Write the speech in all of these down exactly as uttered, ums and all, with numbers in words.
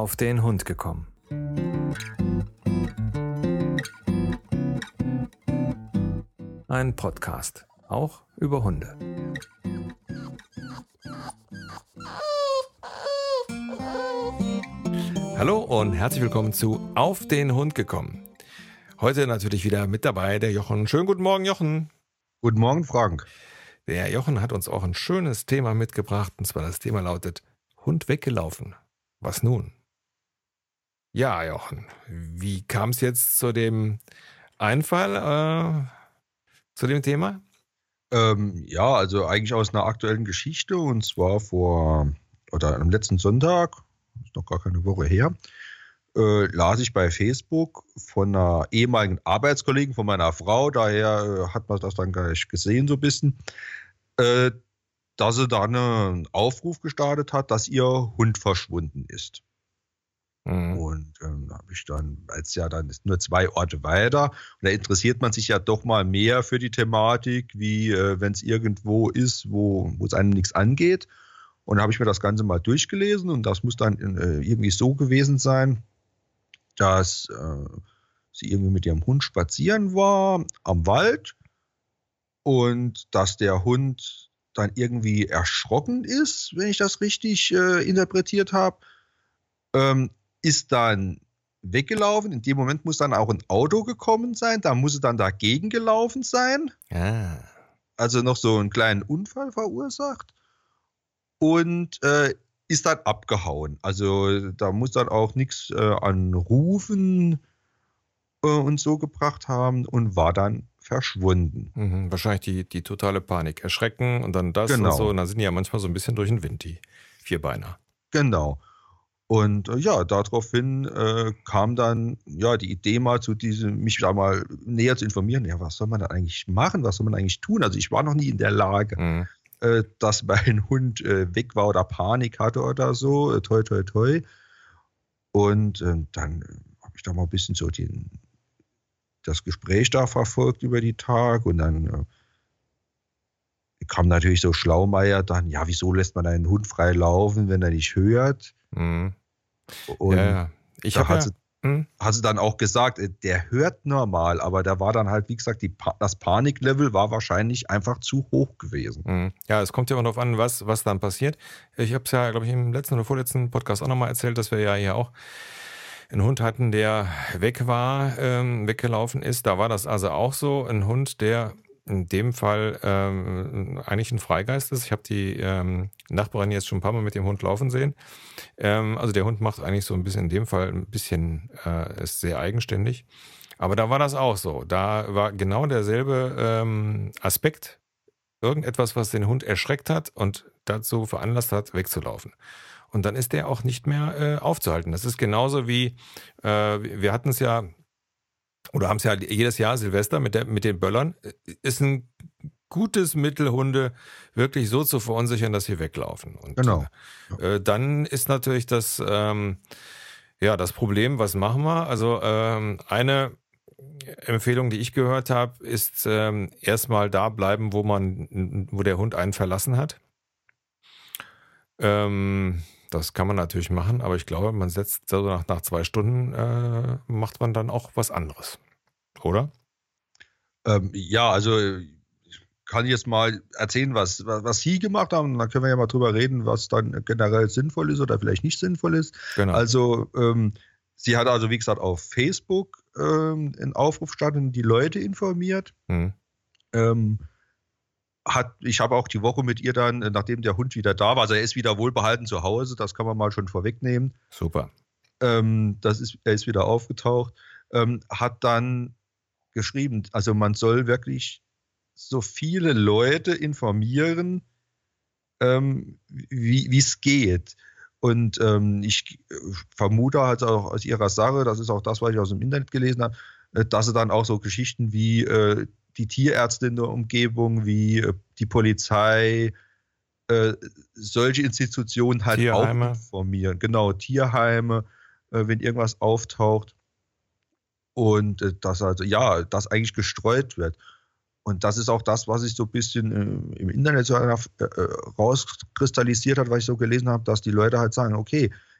Auf den Hund gekommen. Ein Podcast, auch über Hunde. Hallo und herzlich willkommen zu Auf den Hund gekommen. Heute natürlich wieder mit dabei der Jochen. Schönen guten Morgen, Jochen. Guten Morgen, Frank. Der Jochen hat uns auch ein schönes Thema mitgebracht, und zwar das Thema lautet Hund weggelaufen. Was nun? Ja, Jochen, wie kam es jetzt zu dem Einfall, äh, zu dem Thema? Ähm, ja, also eigentlich aus einer aktuellen Geschichte, und zwar vor, oder am letzten Sonntag, ist noch gar keine Woche her, äh, las ich bei Facebook von einer ehemaligen Arbeitskollegin von meiner Frau, daher äh, hat man das dann gleich gesehen so ein bisschen, äh, dass sie da einen Aufruf gestartet hat, dass ihr Hund verschwunden ist. Mhm. Und ähm, habe ich dann, als ja dann ist nur zwei Orte weiter, und da interessiert man sich ja doch mal mehr für die Thematik, wie äh, wenn es irgendwo ist, wo es einem nichts angeht. Und da habe ich mir das Ganze mal durchgelesen, und das muss dann äh, irgendwie so gewesen sein, dass äh, sie irgendwie mit ihrem Hund spazieren war am Wald und dass der Hund dann irgendwie erschrocken ist, wenn ich das richtig äh, interpretiert habe. Ähm, ist dann weggelaufen. In dem Moment muss dann auch ein Auto gekommen sein. Da muss es dann dagegen gelaufen sein. Ah. Also noch so einen kleinen Unfall verursacht. Und äh, ist dann abgehauen. Also da muss dann auch nichts äh, an Rufen äh, und so gebracht haben und war dann verschwunden. Mhm, wahrscheinlich die, die totale Panik. Erschrecken und dann das genau. und so. Und dann sind die ja manchmal so ein bisschen durch den Wind, die Vierbeiner. Genau. Und äh, ja, daraufhin äh, kam dann ja die Idee mal zu diesem, mich da mal näher zu informieren. Ja, was soll man da eigentlich machen? Was soll man eigentlich tun? Also ich war noch nie in der Lage, mhm. äh, dass mein Hund äh, weg war oder Panik hatte oder so. Äh, toi, toi, toi. Und äh, dann äh, habe ich da mal ein bisschen so den, das Gespräch da verfolgt über die Tage. Und dann äh, kam natürlich so Schlaumeier dann, ja, wieso lässt man einen Hund frei laufen, wenn er nicht hört? Mhm. Und ja, ja. Ich da hat, ja, sie, hm? hat sie dann auch gesagt, der hört normal, aber da war dann halt, wie gesagt, die, das Paniklevel war wahrscheinlich einfach zu hoch gewesen. Mhm. Ja, es kommt ja immer darauf an, was, was dann passiert. Ich habe es ja, glaube ich, im letzten oder vorletzten Podcast auch nochmal erzählt, dass wir ja hier auch einen Hund hatten, der weg war, ähm, weggelaufen ist. Da war das also auch so, ein Hund, der in dem Fall ähm, eigentlich ein Freigeist ist. Ich habe die ähm, Nachbarin jetzt schon ein paar Mal mit dem Hund laufen sehen. Ähm, also der Hund macht eigentlich so ein bisschen, in dem Fall ein bisschen, äh, ist sehr eigenständig. Aber da war das auch so. Da war genau derselbe ähm, Aspekt. Irgendetwas, was den Hund erschreckt hat und dazu veranlasst hat, wegzulaufen. Und dann ist der auch nicht mehr äh, aufzuhalten. Das ist genauso wie, äh, wir hatten es ja, oder haben es ja jedes Jahr Silvester mit, der, mit den Böllern, ist ein gutes Mittel, Hunde wirklich so zu verunsichern, dass sie weglaufen. Und genau. äh, dann ist natürlich das, ähm, ja, das Problem, was machen wir? Also ähm, eine Empfehlung, die ich gehört habe, ist ähm, erstmal da bleiben, wo man, wo der Hund einen verlassen hat. Ähm, das kann man natürlich machen, aber ich glaube, man setzt so nach, nach zwei Stunden äh, macht man dann auch was anderes, oder? Ähm, ja, also ich kann jetzt mal erzählen, was, was, was Sie gemacht haben, und dann können wir ja mal drüber reden, was dann generell sinnvoll ist oder vielleicht nicht sinnvoll ist. Genau. Also ähm, sie hat also, wie gesagt, auf Facebook ähm, einen Aufruf gestartet und die Leute informiert. Mhm. Ähm, Hat, ich habe auch die Woche mit ihr dann, nachdem der Hund wieder da war, also er ist wieder wohlbehalten zu Hause, das kann man mal schon vorwegnehmen. Super. Ähm, das ist, er ist wieder aufgetaucht, ähm, hat dann geschrieben, also man soll wirklich so viele Leute informieren, ähm, wie es geht. Und ähm, ich vermute halt auch aus ihrer Sache, das ist auch das, was ich aus dem Internet gelesen habe, dass sie dann auch so Geschichten wie äh, die Tierärzte in der Umgebung, wie äh, die Polizei, äh, solche Institutionen halt Tierheime. auch informieren. Genau, Tierheime, äh, wenn irgendwas auftaucht. Und äh, dass also, ja, das eigentlich gestreut wird. Und das ist auch das, was sich so ein bisschen äh, im Internet so äh, rauskristallisiert hat, was ich so gelesen habe, dass die Leute halt sagen, okay,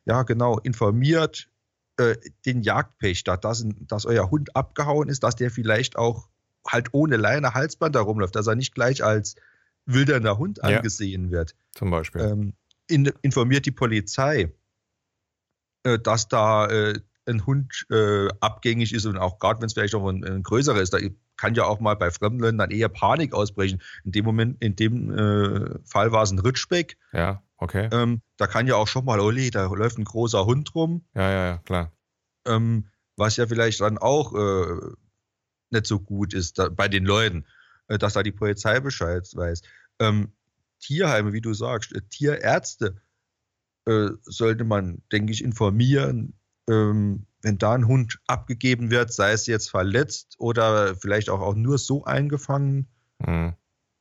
ja genau, informiert äh, den Jagdpächter, dass, dass euer Hund abgehauen ist, dass der vielleicht auch halt ohne Leine Halsband da rumläuft, dass er nicht gleich als wildernder Hund Ja, angesehen wird. zum Beispiel. Ähm, in, informiert die Polizei, äh, dass da äh, ein Hund äh, abgängig ist und auch gerade wenn es vielleicht auch ein, ein größerer ist, da kann ja auch mal bei Fremden dann eher Panik ausbrechen. In dem Moment, in dem äh, Fall war es ein Ritschbeck. Ja, okay. Ähm, da kann ja auch schon mal, Olli, da läuft ein großer Hund rum. Ja, ja, ja, klar. Ähm, was ja vielleicht dann auch äh, nicht so gut ist da, bei den Leuten, äh, dass da die Polizei Bescheid weiß. Ähm, Tierheime, wie du sagst, äh, Tierärzte äh, sollte man, denke ich, informieren, ähm, wenn da ein Hund abgegeben wird, sei es jetzt verletzt oder vielleicht auch, auch nur so eingefangen. Mhm.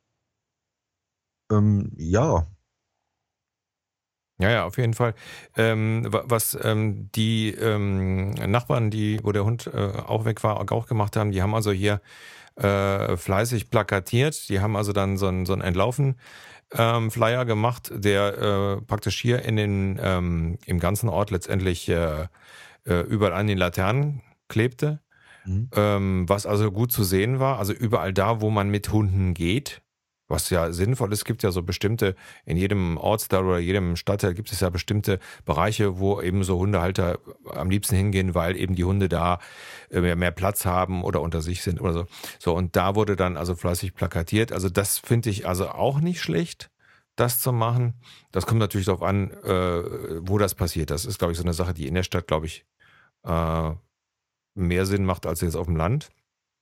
Ähm, ja. Ja, ja, auf jeden Fall. Ähm, was ähm, die ähm, Nachbarn, die, wo der Hund äh, auch weg war, auch gemacht haben, die haben also hier äh, fleißig plakatiert. Die haben also dann so einen so einen Entlaufen ähm, Flyer gemacht, der äh, praktisch hier in den ähm, im ganzen Ort letztendlich äh, äh, überall an den Laternen klebte, Mhm. ähm, was also gut zu sehen war. Also überall da, wo man mit Hunden geht. Was ja sinnvoll ist, es gibt ja so bestimmte, in jedem Ortsteil oder jedem Stadtteil gibt es ja bestimmte Bereiche, wo eben so Hundehalter am liebsten hingehen, weil eben die Hunde da mehr, mehr Platz haben oder unter sich sind oder so. So, und da wurde dann also fleißig plakatiert. Also das finde ich also auch nicht schlecht, das zu machen. Das kommt natürlich darauf an, äh, wo das passiert. Das ist, glaube ich, so eine Sache, die in der Stadt, glaube ich, äh, mehr Sinn macht als jetzt auf dem Land.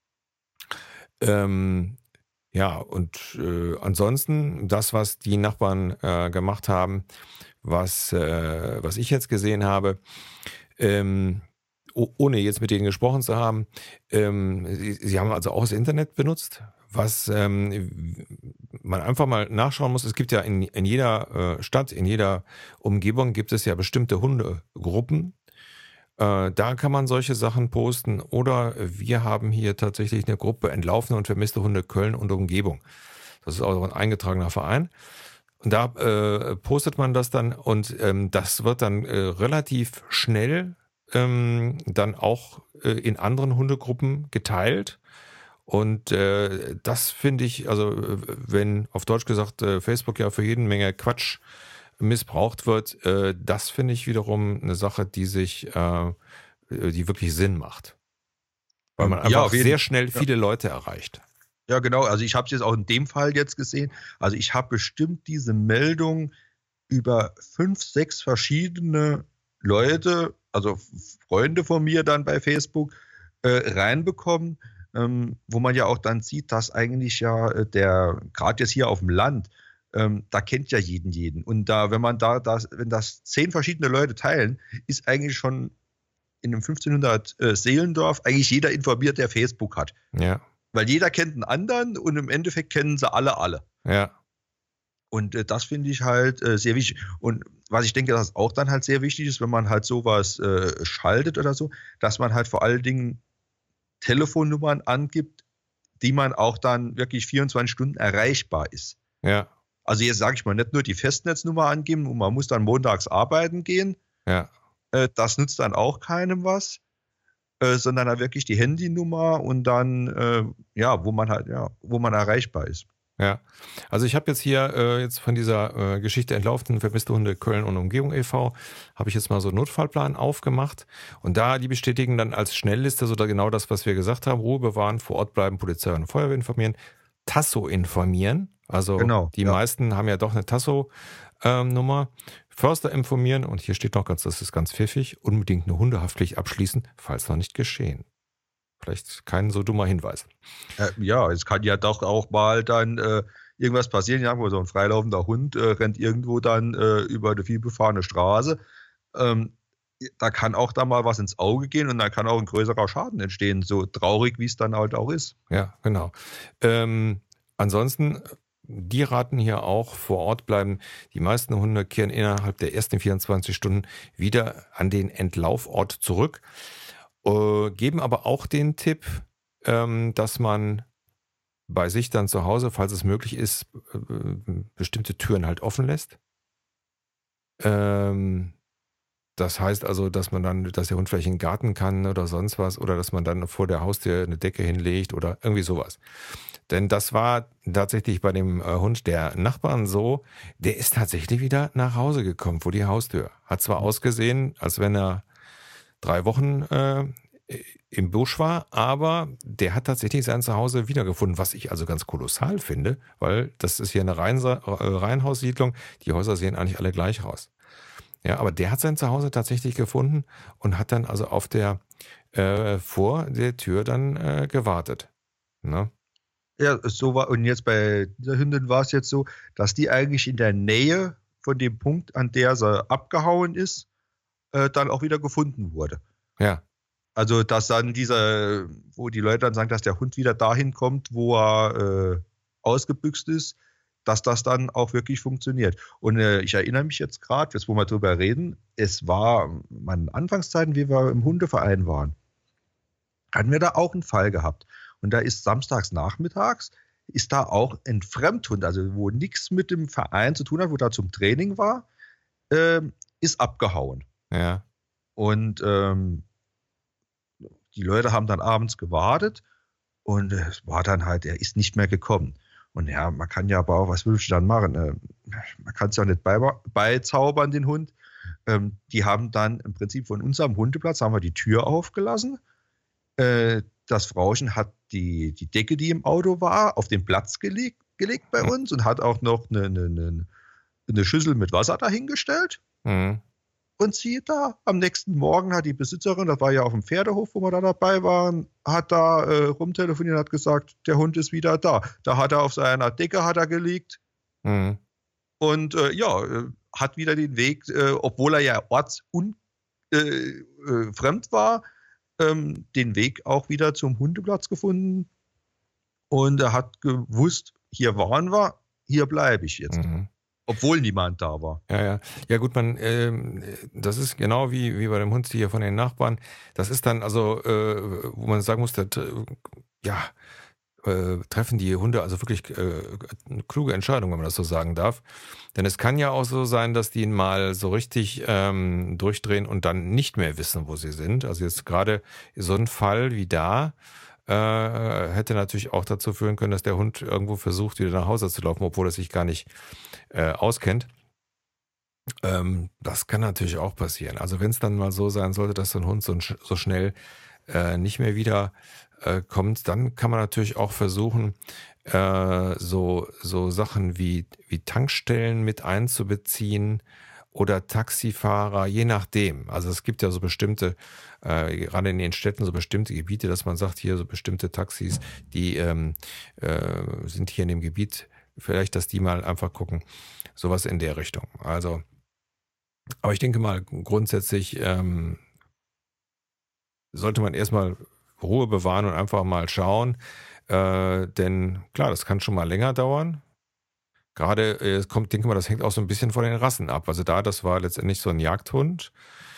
Ähm, Ja, und äh, ansonsten das, was die Nachbarn äh, gemacht haben, was, äh, was ich jetzt gesehen habe, ähm, oh, ohne jetzt mit denen gesprochen zu haben, ähm, sie, sie haben also auch das Internet benutzt, was ähm, man einfach mal nachschauen muss. Es gibt ja in, in jeder äh, Stadt, in jeder Umgebung gibt es ja bestimmte Hundegruppen. Äh, da kann man solche Sachen posten. Oder wir haben hier tatsächlich eine Gruppe Entlaufene und vermisste Hunde Köln und Umgebung. Das ist auch ein eingetragener Verein. Und da äh, postet man das dann und ähm, das wird dann äh, relativ schnell ähm, dann auch äh, in anderen Hundegruppen geteilt. Und äh, das finde ich, also äh, wenn auf Deutsch gesagt äh, Facebook ja für jeden Menge Quatsch missbraucht wird, äh, das finde ich wiederum eine Sache, die sich, äh, die wirklich Sinn macht. Weil man Ähm, ja, einfach auf jeden sehr schnell ja. viele Leute erreicht. Ja, genau. Also ich habe es jetzt auch in dem Fall jetzt gesehen. Also ich habe bestimmt diese Meldung über fünf, sechs verschiedene Leute, also Freunde von mir dann bei Facebook, äh, reinbekommen, ähm, wo man ja auch dann sieht, dass eigentlich ja äh, der, gerade jetzt hier auf dem Land, ähm, da kennt ja jeden jeden. Und da, wenn man da, das, wenn das zehn verschiedene Leute teilen, ist eigentlich schon in einem fünfzehnhundert äh, Seelendorf eigentlich jeder informiert, der Facebook hat. Ja. Weil jeder kennt einen anderen und im Endeffekt kennen sie alle alle. Ja. Und äh, das finde ich halt äh, sehr wichtig. Und was ich denke, dass auch dann halt sehr wichtig ist, wenn man halt sowas äh, schaltet oder so, dass man halt vor allen Dingen Telefonnummern angibt, die man auch dann wirklich vierundzwanzig Stunden erreichbar ist. Ja. Also jetzt sage ich mal nicht nur die Festnetznummer angeben und man muss dann montags arbeiten gehen. Ja. Äh, das nützt dann auch keinem was. Äh, sondern dann wirklich die Handynummer und dann, äh, ja, wo man halt, ja, wo man erreichbar ist. Ja, also ich habe jetzt hier äh, jetzt von dieser äh, Geschichte Entlaufenen vermisste Hunde Köln und Umgebung e V habe ich jetzt mal so einen Notfallplan aufgemacht und da die bestätigen dann als Schnellliste so da genau das, was wir gesagt haben: Ruhe bewahren, vor Ort bleiben, Polizei und Feuerwehr informieren, Tasso informieren. Also Genau, die ja. meisten haben ja doch eine Tasso-Nummer. Förster informieren und hier steht noch ganz, das ist ganz pfiffig, unbedingt eine Hundehaftpflicht abschließen, falls noch nicht geschehen. Vielleicht kein so dummer Hinweis. Äh, ja, es kann ja doch auch mal dann äh, irgendwas passieren, ja, wo so ein freilaufender Hund äh, rennt irgendwo dann äh, über eine vielbefahrene Straße. Ähm, da kann auch da mal was ins Auge gehen und da kann auch ein größerer Schaden entstehen, so traurig, wie es dann halt auch ist. Ja, genau. Ähm, ansonsten, die raten hier auch vor Ort bleiben. Die meisten Hunde kehren innerhalb der ersten vierundzwanzig Stunden wieder an den Entlaufort zurück. Äh, geben aber auch den Tipp, ähm, dass man bei sich dann zu Hause, falls es möglich ist, äh, bestimmte Türen halt offen lässt. Ähm, Das heißt also, dass man dann, dass der Hund vielleicht in den Garten kann oder sonst was oder dass man dann vor der Haustür eine Decke hinlegt oder irgendwie sowas. Denn das war tatsächlich bei dem äh, Hund der Nachbarn so, der ist tatsächlich wieder nach Hause gekommen vor die Haustür. Hat zwar ausgesehen, als wenn er drei Wochen äh, im Busch war, aber der hat tatsächlich sein Zuhause wiedergefunden, was ich also ganz kolossal finde, weil das ist hier eine Reihensa- äh, Reihenhaussiedlung, die Häuser sehen eigentlich alle gleich aus. Ja, aber der hat sein Zuhause tatsächlich gefunden und hat dann also auf der äh, vor der Tür dann äh, gewartet. Ne? Ja, so war, und jetzt bei dieser Hündin war es jetzt so, dass die eigentlich in der Nähe von dem Punkt, an der sie abgehauen ist, äh, dann auch wieder gefunden wurde. Ja. Also, dass dann dieser, wo die Leute dann sagen, dass der Hund wieder dahin kommt, wo er äh, ausgebüxt ist, dass das dann auch wirklich funktioniert. Und äh, ich erinnere mich jetzt gerade, jetzt wo wir drüber reden, es war meine Anfangszeiten, wie wir im Hundeverein waren, hatten wir da auch einen Fall gehabt. Und da ist samstags nachmittags, ist da auch ein Fremdhund, also wo nichts mit dem Verein zu tun hat, wo da zum Training war, äh, ist abgehauen. Ja. Und ähm, die Leute haben dann abends gewartet und es war dann halt, er ist nicht mehr gekommen. Und ja, man kann ja aber auch, was willst du dann machen? Äh, man kann es ja nicht bei, beizaubern, den Hund. Ähm, die haben dann im Prinzip von unserem Hundeplatz, haben wir die Tür aufgelassen. Äh, das Frauchen hat die, die Decke, die im Auto war, auf den Platz gelegt, gelegt bei uns und hat auch noch eine, eine, eine Schüssel mit Wasser dahingestellt. Mhm. Und siehe da, am nächsten Morgen hat die Besitzerin, das war ja auf dem Pferdehof, wo wir da dabei waren, hat da äh, rumtelefoniert und hat gesagt, der Hund ist wieder da. Da hat er auf seiner Decke hat er gelegt Mhm. und äh, ja, äh, hat wieder den Weg, äh, obwohl er ja ortsunfremd äh, äh, fremd war, ähm, den Weg auch wieder zum Hundeplatz gefunden. Und er hat gewusst, hier waren wir, hier bleibe ich jetzt. Mhm. Obwohl niemand da war. Ja, ja. Ja gut, man, ähm, das ist genau wie, wie bei dem Hund hier von den Nachbarn. Das ist dann also, äh, wo man sagen muss, das, äh, ja, äh, treffen die Hunde also wirklich äh, eine kluge Entscheidung, wenn man das so sagen darf. Denn es kann ja auch so sein, dass die mal so richtig ähm, durchdrehen und dann nicht mehr wissen, wo sie sind. Also jetzt gerade so ein Fall wie da, äh, hätte natürlich auch dazu führen können, dass der Hund irgendwo versucht, wieder nach Hause zu laufen, obwohl er sich gar nicht äh, auskennt. Ähm, das kann natürlich auch passieren. Also wenn es dann mal so sein sollte, dass so ein Hund so, so schnell äh, nicht mehr wieder äh, kommt, dann kann man natürlich auch versuchen, äh, so, so Sachen wie, wie Tankstellen mit einzubeziehen oder Taxifahrer, je nachdem. Also es gibt ja so bestimmte, äh, gerade in den Städten so bestimmte Gebiete, dass man sagt, hier so bestimmte Taxis, die ähm, äh, sind hier in dem Gebiet, vielleicht, dass die mal einfach gucken, sowas in der Richtung. Also, aber ich denke mal, grundsätzlich ähm, sollte man erstmal Ruhe bewahren und einfach mal schauen, äh, denn klar, das kann schon mal länger dauern. Gerade, äh, es kommt, denke mal, das hängt auch so ein bisschen von den Rassen ab. Also da, das war letztendlich so ein Jagdhund.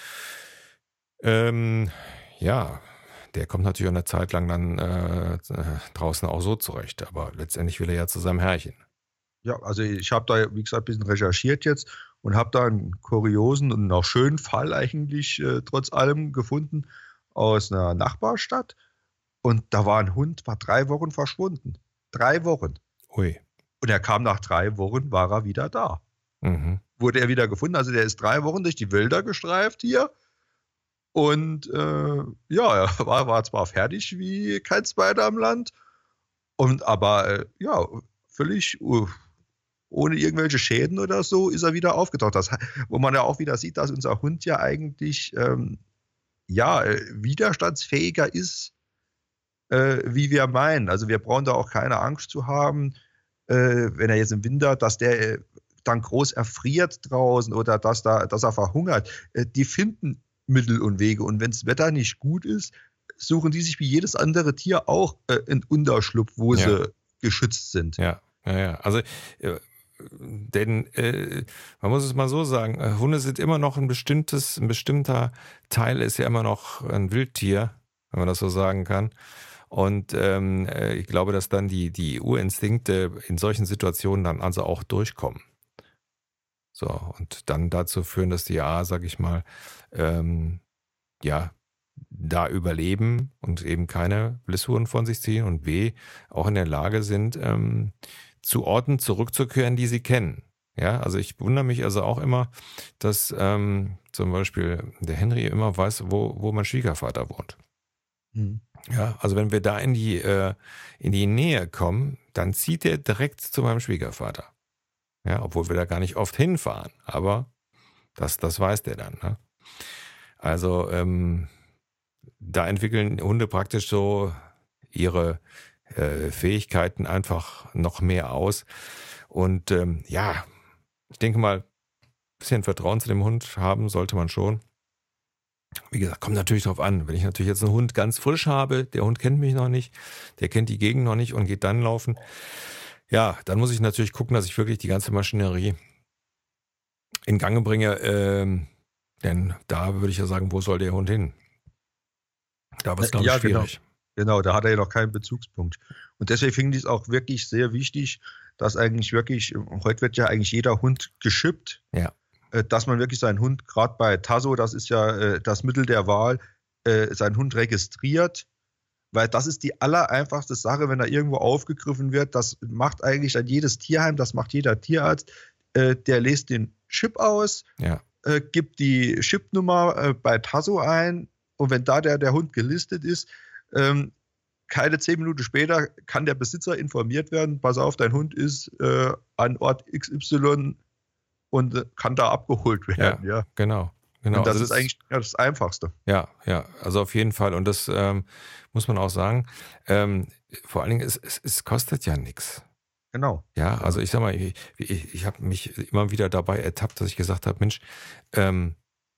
Ähm, ja, der kommt natürlich auch eine Zeit lang dann äh, draußen auch so zurecht. Aber letztendlich will er ja zu seinem Herrchen. Ja, also ich habe da, wie gesagt, ein bisschen recherchiert jetzt und habe da einen kuriosen und auch schönen Fall eigentlich äh, trotz allem gefunden aus einer Nachbarstadt. Und da war ein Hund, war drei Wochen verschwunden. Drei Wochen. Ui. Und er kam nach drei Wochen, war er wieder da. Mhm. Wurde er wieder gefunden. Also der ist drei Wochen durch die Wälder gestreift hier. Und äh, ja, er war, war zwar fertig wie kein Zweiter am Land. Und aber äh, ja, völlig uh, ohne irgendwelche Schäden oder so ist er wieder aufgetaucht. Das, wo man ja auch wieder sieht, dass unser Hund ja eigentlich ähm, ja, äh, widerstandsfähiger ist, äh, wie wir meinen. Also wir brauchen da auch keine Angst zu haben, äh, wenn er jetzt im Winter, dass der äh, dann groß erfriert draußen oder dass, da, dass er verhungert. Äh, die finden Mittel und Wege. Und wenn das Wetter nicht gut ist, suchen die sich wie jedes andere Tier auch äh, einen Unterschlupf, wo Ja. sie geschützt sind. Ja, ja, ja. Also, äh, denn äh, man muss es mal so sagen, äh, Hunde sind immer noch ein bestimmtes, ein bestimmter Teil ist ja immer noch ein Wildtier, wenn man das so sagen kann. Und ähm, äh, ich glaube, dass dann die, die Urinstinkte in solchen Situationen dann also auch durchkommen. So, und dann dazu führen, dass die A, sag ich mal, ähm, ja, da überleben und eben keine Blessuren von sich ziehen und B, auch in der Lage sind, ähm, zu Orten zurückzukehren, die sie kennen. Ja, also ich wundere mich also auch immer, dass ähm, zum Beispiel der Henry immer weiß, wo, wo mein Schwiegervater wohnt. Mhm. Ja, also wenn wir da in die, äh, in die Nähe kommen, dann zieht er direkt zu meinem Schwiegervater. Ja, obwohl wir da gar nicht oft hinfahren, aber das, das weiß der dann. Ne? Also ähm, da entwickeln Hunde praktisch so ihre äh, Fähigkeiten einfach noch mehr aus. Und ähm, ja, ich denke mal, ein bisschen Vertrauen zu dem Hund haben sollte man schon. Wie gesagt, kommt natürlich drauf an. Wenn ich natürlich jetzt einen Hund ganz frisch habe, der Hund kennt mich noch nicht, der kennt die Gegend noch nicht und geht dann laufen, ja, dann muss ich natürlich gucken, dass ich wirklich die ganze Maschinerie in Gang bringe. Ähm, denn da würde ich ja sagen, wo soll der Hund hin? Da wird es, glaube ich, Ja, genau. schwierig. Genau, da hat er ja noch keinen Bezugspunkt. Und deswegen finde ich es auch wirklich sehr wichtig, dass eigentlich wirklich, heute wird ja eigentlich jeder Hund geschippt, Ja. äh, dass man wirklich seinen Hund, gerade bei Tasso, das ist ja äh, das Mittel der Wahl, äh, seinen Hund registriert, weil das ist die allereinfachste Sache, wenn er irgendwo aufgegriffen wird. Das macht eigentlich dann jedes Tierheim, das macht jeder Tierarzt, äh, der lässt den Chip aus, Ja. äh, gibt die Chipnummer äh, bei Tasso ein und wenn da der, der Hund gelistet ist, ähm, keine zehn Minuten später kann der Besitzer informiert werden, pass auf, dein Hund ist äh, an Ort X Y und äh, kann da abgeholt werden. Ja, Ja, genau. Genau. Und das Also ist eigentlich ja, das Einfachste. Ja, ja, also auf jeden Fall. Und das ähm, muss man auch sagen. Ähm, vor allen Dingen, es, es, es kostet ja nichts. Genau. Ja, also ich sag mal, ich, ich, ich habe mich immer wieder dabei ertappt, dass ich gesagt habe, Mensch, ähm,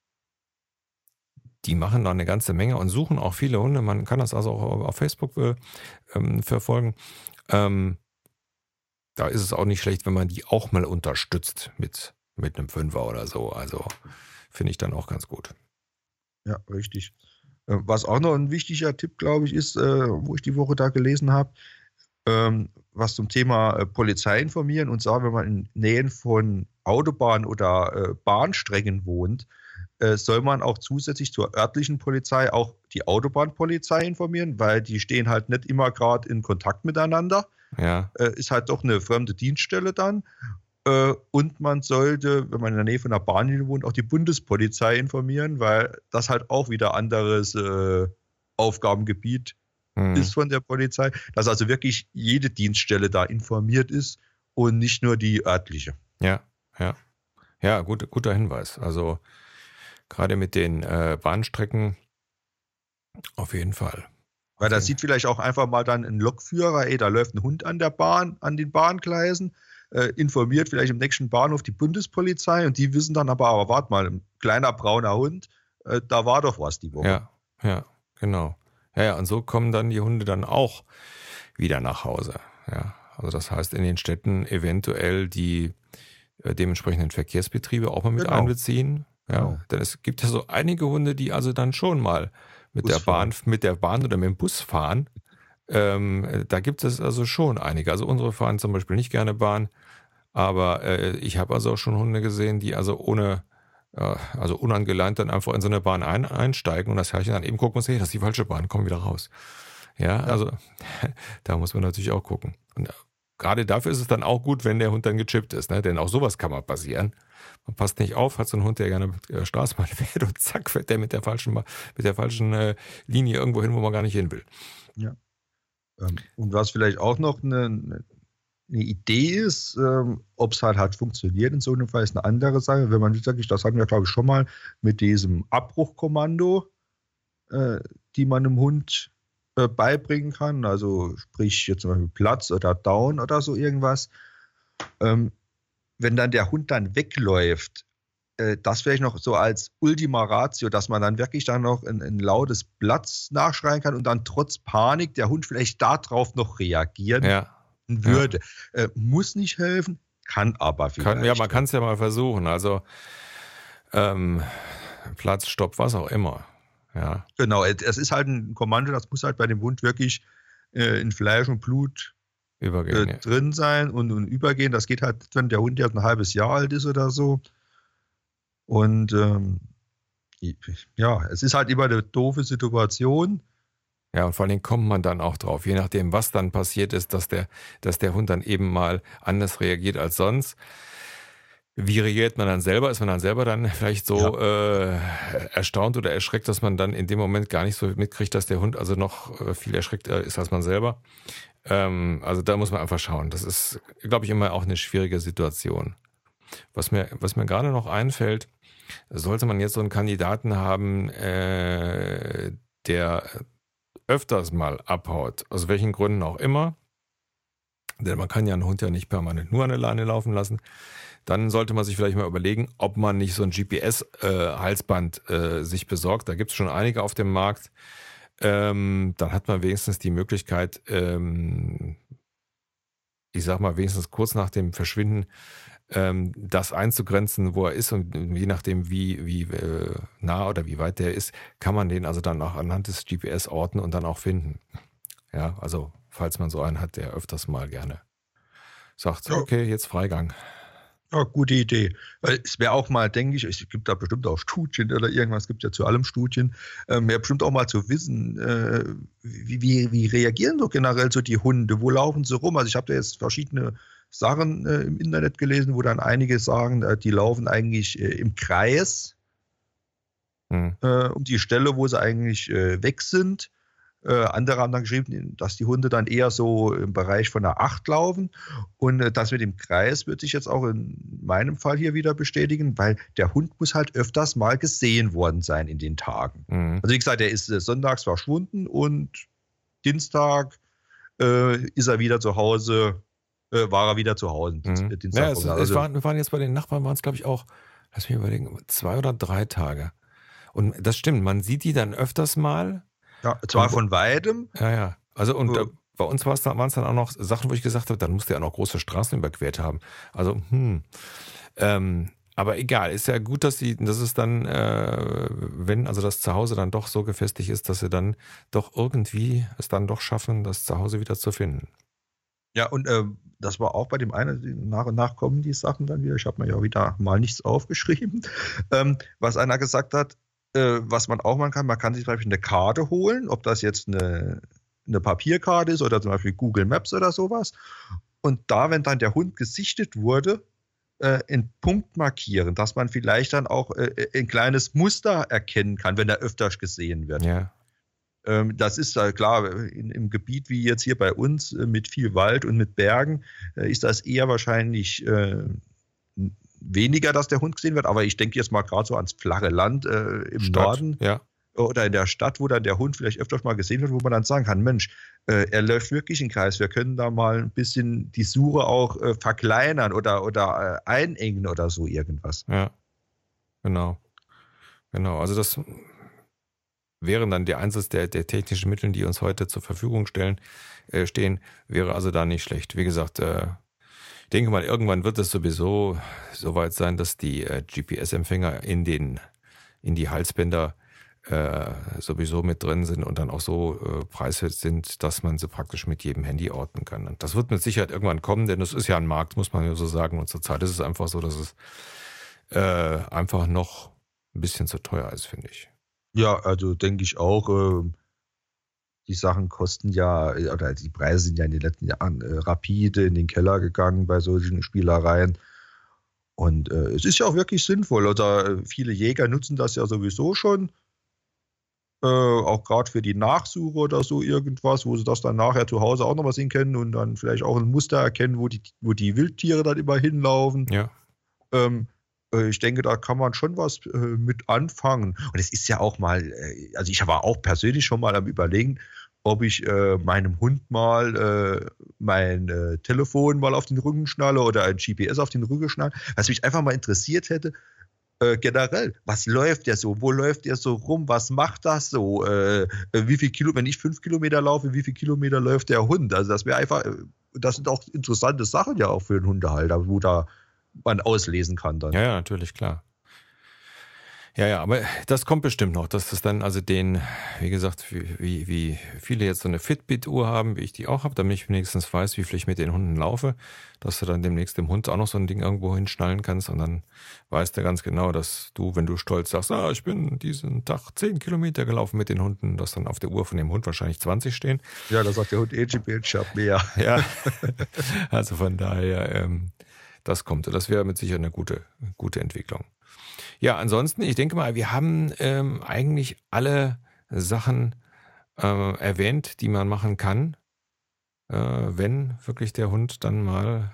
die machen da eine ganze Menge und suchen auch viele Hunde. Man kann das also auch auf Facebook äh, ähm, verfolgen. Ähm, da ist es auch nicht schlecht, wenn man die auch mal unterstützt mit, mit einem Fünfer oder so. Also finde ich dann auch ganz gut. Ja, richtig. Äh, Was auch noch ein wichtiger Tipp, glaube ich, ist, äh, wo ich die Woche da gelesen habe, ähm, was zum Thema äh, Polizei informieren und zwar, wenn man in Nähen von Autobahnen oder äh, Bahnstrecken wohnt, äh, soll man auch zusätzlich zur örtlichen Polizei auch die Autobahnpolizei informieren, weil die stehen halt nicht immer gerade in Kontakt miteinander. Ja, Äh, ist halt doch eine fremde Dienststelle dann. Äh, und man sollte, wenn man in der Nähe von einer Bahnlinie wohnt, auch die Bundespolizei informieren, weil das halt auch wieder anderes äh, Aufgabengebiet hm. ist von der Polizei, dass also wirklich jede Dienststelle da informiert ist und nicht nur die örtliche. Ja, ja. Ja, gut, guter Hinweis. Also gerade mit den äh, Bahnstrecken auf jeden Fall. Weil da Okay. sieht vielleicht auch einfach mal dann ein Lokführer, ey, da läuft ein Hund an der Bahn, an den Bahngleisen, äh, informiert vielleicht im nächsten Bahnhof die Bundespolizei und die wissen dann aber, aber warte mal, ein kleiner brauner Hund, äh, da war doch was die Woche. Ja, ja, genau. Ja, ja, und so kommen dann die Hunde dann auch wieder nach Hause. Ja, also das heißt in den Städten eventuell die äh, dementsprechenden Verkehrsbetriebe auch mal mit Genau. einbeziehen. Ja, Genau. denn es gibt ja so einige Hunde, die also dann schon mal mit Bus der Bahn, fahren. mit der Bahn oder mit dem Bus fahren. Ähm, da gibt es also schon einige. Also unsere fahren zum Beispiel nicht gerne Bahn, aber äh, ich habe also auch schon Hunde gesehen, die also ohne, äh, also unangeleint dann einfach in so eine Bahn ein, einsteigen und das Herrchen dann eben gucken und sehen, hey, das ist die falsche Bahn, komm wieder raus. Ja, Ja. also da muss man natürlich auch gucken. Und äh, gerade dafür ist es dann auch gut, wenn der Hund dann gechippt ist, ne? Denn auch sowas kann mal passieren. Man passt nicht auf, hat so einen Hund, der gerne äh, Straßenbahn fährt und zack, fährt der mit der falschen, mit der falschen äh, Linie irgendwo hin, wo man gar nicht hin will. Ja. Ähm, und was vielleicht auch noch eine, eine Idee ist, ähm, ob es halt halt funktioniert in so einem Fall, ist eine andere Sache. Wenn man wirklich, das hatten wir glaube ich schon mal mit diesem Abbruchkommando, äh, die man einem Hund äh, beibringen kann, also sprich jetzt zum Beispiel Platz oder Down oder so irgendwas. Ähm, wenn dann der Hund dann wegläuft, äh, das vielleicht noch so als Ultima Ratio, dass man dann wirklich dann noch ein, ein lautes Platz nachschreien kann und dann trotz Panik der Hund vielleicht darauf noch reagieren Ja, würde. Äh, muss nicht helfen, kann aber vielleicht. kann, ja, man kann es ja mal versuchen. Also ähm, Platz, Stopp, was auch immer. Ja, Genau, es ist halt ein Kommando, das muss halt bei dem Hund wirklich äh, in Fleisch und Blut Übergehen, äh, ja. drin sein und, und übergehen. Das geht halt, wenn der Hund ja ein halbes Jahr alt ist oder so. Und ähm, ja, es ist halt immer eine doofe Situation. Ja, und vor allen Dingen kommt man dann auch drauf, je nachdem, was dann passiert ist, dass der, dass der Hund dann eben mal anders reagiert als sonst. Wie reagiert man dann selber? Ist man dann selber dann vielleicht so ja. äh, erstaunt oder erschreckt, dass man dann in dem Moment gar nicht so mitkriegt, dass der Hund also noch äh, viel erschreckter ist als man selber? Ähm, also da muss man einfach schauen. Das ist, glaube ich, immer auch eine schwierige Situation. Was mir, was mir gerade noch einfällt, sollte man jetzt so einen Kandidaten haben, äh, der öfters mal abhaut, aus welchen Gründen auch immer, denn man kann ja einen Hund ja nicht permanent nur an der Leine laufen lassen, dann sollte man sich vielleicht mal überlegen, ob man nicht so ein G P S-Halsband äh, äh, sich besorgt. Da gibt es schon einige auf dem Markt. Ähm, dann hat man wenigstens die Möglichkeit, ähm, ich sag mal, wenigstens kurz nach dem Verschwinden ähm, das einzugrenzen, wo er ist, und je nachdem, wie, wie äh, nah oder wie weit der ist, kann man den also dann auch anhand des G P S orten und dann auch finden. Ja, also falls man so einen hat, der öfters mal gerne sagt, Ja. okay, jetzt Freigang. Ja, gute Idee. Weil es wäre auch mal, denke ich, es gibt da bestimmt auch Studien oder irgendwas, es gibt ja zu allem Studien, ähm, wäre bestimmt auch mal zu wissen, äh, wie, wie, wie reagieren so generell so die Hunde, wo laufen sie rum? Also ich habe da jetzt verschiedene Sachen äh, im Internet gelesen, wo dann einige sagen, äh, die laufen eigentlich äh, im Kreis hm. äh, um die Stelle, wo sie eigentlich äh, weg sind. Äh, andere haben dann geschrieben, dass die Hunde dann eher so im Bereich von der acht laufen. Und äh, das mit dem Kreis wird sich jetzt auch in meinem Fall hier wieder bestätigen, weil der Hund muss halt öfters mal gesehen worden sein in den Tagen. Mhm. Also wie gesagt, der ist äh, sonntags verschwunden und Dienstag äh, ist er wieder zu Hause, äh, war er wieder zu Hause. Mhm. Dienstag ja, es, also, es waren, wir waren jetzt bei den Nachbarn, waren es glaube ich auch, lass mich überlegen, zwei oder drei Tage. Und das stimmt, man sieht die dann öfters mal. Ja, zwar und, von weitem. Ja, ja. Also und äh, bei uns waren es dann, dann auch noch Sachen, wo ich gesagt habe, dann musste er auch noch große Straßen überquert haben. Also, hm. Ähm, aber egal, ist ja gut, dass sie, dass es dann, äh, wenn also das Zuhause dann doch so gefestigt ist, dass sie dann doch irgendwie es dann doch schaffen, das Zuhause wieder zu finden. Ja, und äh, das war auch bei dem einen, nach und nach kommen die Sachen dann wieder. Ich habe mir ja wieder mal nichts aufgeschrieben. Ähm, was einer gesagt hat, was man auch machen kann, man kann sich zum Beispiel eine Karte holen, ob das jetzt eine, eine Papierkarte ist oder zum Beispiel Google Maps oder sowas. Und da, wenn dann der Hund gesichtet wurde, äh, einen Punkt markieren, dass man vielleicht dann auch äh, ein kleines Muster erkennen kann, wenn er öfters gesehen wird. Ja. Ähm, das ist ja klar, in, im Gebiet wie jetzt hier bei uns äh, mit viel Wald und mit Bergen, äh, ist das eher wahrscheinlich äh, weniger, dass der Hund gesehen wird, aber ich denke jetzt mal gerade so ans flache Land äh, im Stadt, Norden ja. oder in der Stadt, wo dann der Hund vielleicht öfters mal gesehen wird, wo man dann sagen kann, Mensch, äh, er läuft wirklich im Kreis, wir können da mal ein bisschen die Suche auch äh, verkleinern oder, oder äh, einengen oder so irgendwas. Ja, genau. Genau, also das wären dann der Einsatz der, der technischen Mittel, die uns heute zur Verfügung stellen, äh, stehen, wäre also da nicht schlecht. Wie gesagt, äh, ich denke mal, irgendwann wird es sowieso so weit sein, dass die äh, G P S-Empfänger in den in die Halsbänder äh, sowieso mit drin sind und dann auch so äh, preiswert sind, dass man sie praktisch mit jedem Handy orten kann. Und das wird mit Sicherheit irgendwann kommen, denn es ist ja ein Markt, muss man ja so sagen. Und zurzeit ist es einfach so, dass es äh, einfach noch ein bisschen zu teuer ist, finde ich. Ja, also denke ich auch. Äh Die Sachen kosten ja, oder die Preise sind ja in den letzten Jahren äh, rapide in den Keller gegangen bei solchen Spielereien. Und äh, es ist ja auch wirklich sinnvoll. Oder äh, viele Jäger nutzen das ja sowieso schon. Äh, auch gerade für die Nachsuche oder so irgendwas, wo sie das dann nachher zu Hause auch noch mal sehen können und dann vielleicht auch ein Muster erkennen, wo die, wo die Wildtiere dann immer hinlaufen. Ja. Ähm, Ich denke, da kann man schon was äh, mit anfangen. Und es ist ja auch mal, äh, also ich war auch persönlich schon mal am Überlegen, ob ich äh, meinem Hund mal äh, mein äh, Telefon mal auf den Rücken schnalle oder ein G P S auf den Rücken schnalle. Was mich einfach mal interessiert hätte, äh, generell, was läuft der so? Wo läuft der so rum? Was macht das so? Äh, wie viel Kilo, wenn ich fünf Kilometer laufe, wie viel Kilometer läuft der Hund? Also das wäre einfach, das sind auch interessante Sachen ja auch für den Hundehalter, wo da man auslesen kann dann. Ja, ja, natürlich, klar. Ja, ja, aber das kommt bestimmt noch, dass das dann also den, wie gesagt, wie, wie, wie viele jetzt so eine Fitbit-Uhr haben, wie ich die auch habe, damit ich wenigstens weiß, wie viel ich mit den Hunden laufe, dass du dann demnächst dem Hund auch noch so ein Ding irgendwo hinschnallen kannst und dann weißt du ganz genau, dass du, wenn du stolz sagst, ah, ich bin diesen Tag zehn Kilometer gelaufen mit den Hunden, dass dann auf der Uhr von dem Hund wahrscheinlich zwanzig stehen. Ja, da sagt der Hund, ich habe mehr. Ja, also von daher, ähm, das kommt. Das wäre mit Sicherheit eine gute, gute Entwicklung. Ja, ansonsten, ich denke mal, wir haben ähm, eigentlich alle Sachen äh, erwähnt, die man machen kann, äh, wenn wirklich der Hund dann mal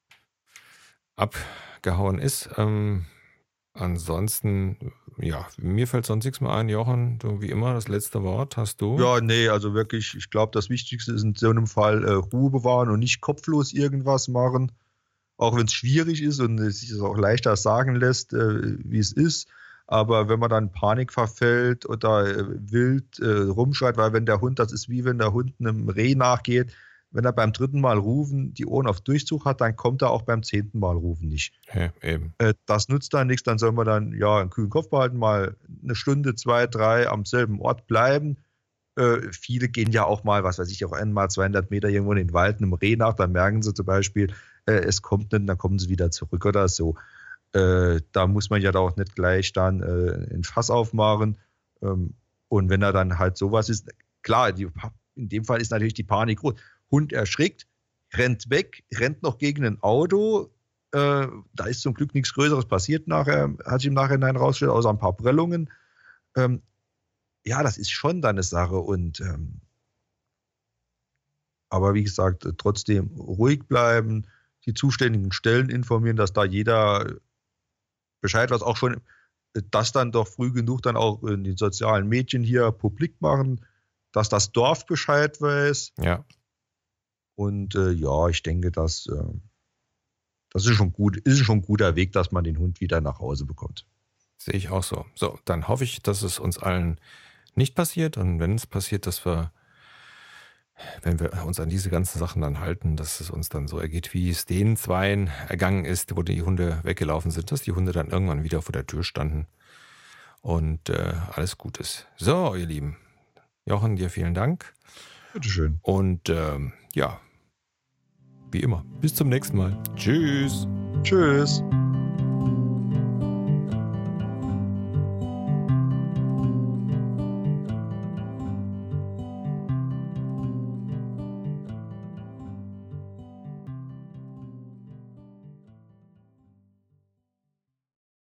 abgehauen ist. Ähm, ansonsten, ja, mir fällt sonst nichts mehr ein. Jochen, du wie immer, das letzte Wort hast du. Ja, nee, also wirklich, ich glaube, das Wichtigste ist in so einem Fall äh, Ruhe bewahren und nicht kopflos irgendwas machen. Auch wenn es schwierig ist und es sich auch leichter sagen lässt, äh, wie es ist. Aber wenn man dann Panik verfällt oder äh, wild äh, rumschreit, weil wenn der Hund, das ist wie wenn der Hund einem Reh nachgeht, wenn er beim dritten Mal rufen die Ohren auf Durchzug hat, dann kommt er auch beim zehnten Mal rufen nicht. Ja, eben. Äh, das nützt dann nichts, dann soll man dann ja einen kühlen Kopf behalten, mal eine Stunde, zwei, drei am selben Ort bleiben. Äh, viele gehen ja auch mal, was weiß ich, auch einmal zweihundert Meter irgendwo in den Wald einem Reh nach, dann merken sie zum Beispiel, äh, es kommt nicht, dann kommen sie wieder zurück oder so. Äh, da muss man ja da auch nicht gleich dann äh, ein Fass aufmachen. Ähm, und wenn er dann halt sowas ist, klar, die, in dem Fall ist natürlich die Panik groß. Hund erschrickt, rennt weg, rennt noch gegen ein Auto. Äh, da ist zum Glück nichts Größeres passiert nachher, hat sich im Nachhinein rausgestellt, außer ein paar Prellungen. Ähm, ja, das ist schon dann eine Sache. Und ähm, aber wie gesagt, trotzdem ruhig bleiben, die zuständigen Stellen informieren, dass da jeder Bescheid weiß, auch schon das dann doch früh genug dann auch in den sozialen Medien hier publik machen, dass das Dorf Bescheid weiß. Ja. Und äh, ja, ich denke, dass äh, das ist schon gut, ist schon ein guter Weg, dass man den Hund wieder nach Hause bekommt. Sehe ich auch so. So, dann hoffe ich, dass es uns allen nicht passiert und wenn es passiert, dass wir, wenn wir uns an diese ganzen Sachen dann halten, dass es uns dann so ergeht, wie es den Zweien ergangen ist, wo die Hunde weggelaufen sind, dass die Hunde dann irgendwann wieder vor der Tür standen und äh, alles gut ist. So, ihr Lieben, Jochen, dir vielen Dank. Bitteschön. Und ähm, ja, wie immer, bis zum nächsten Mal. Tschüss. Tschüss.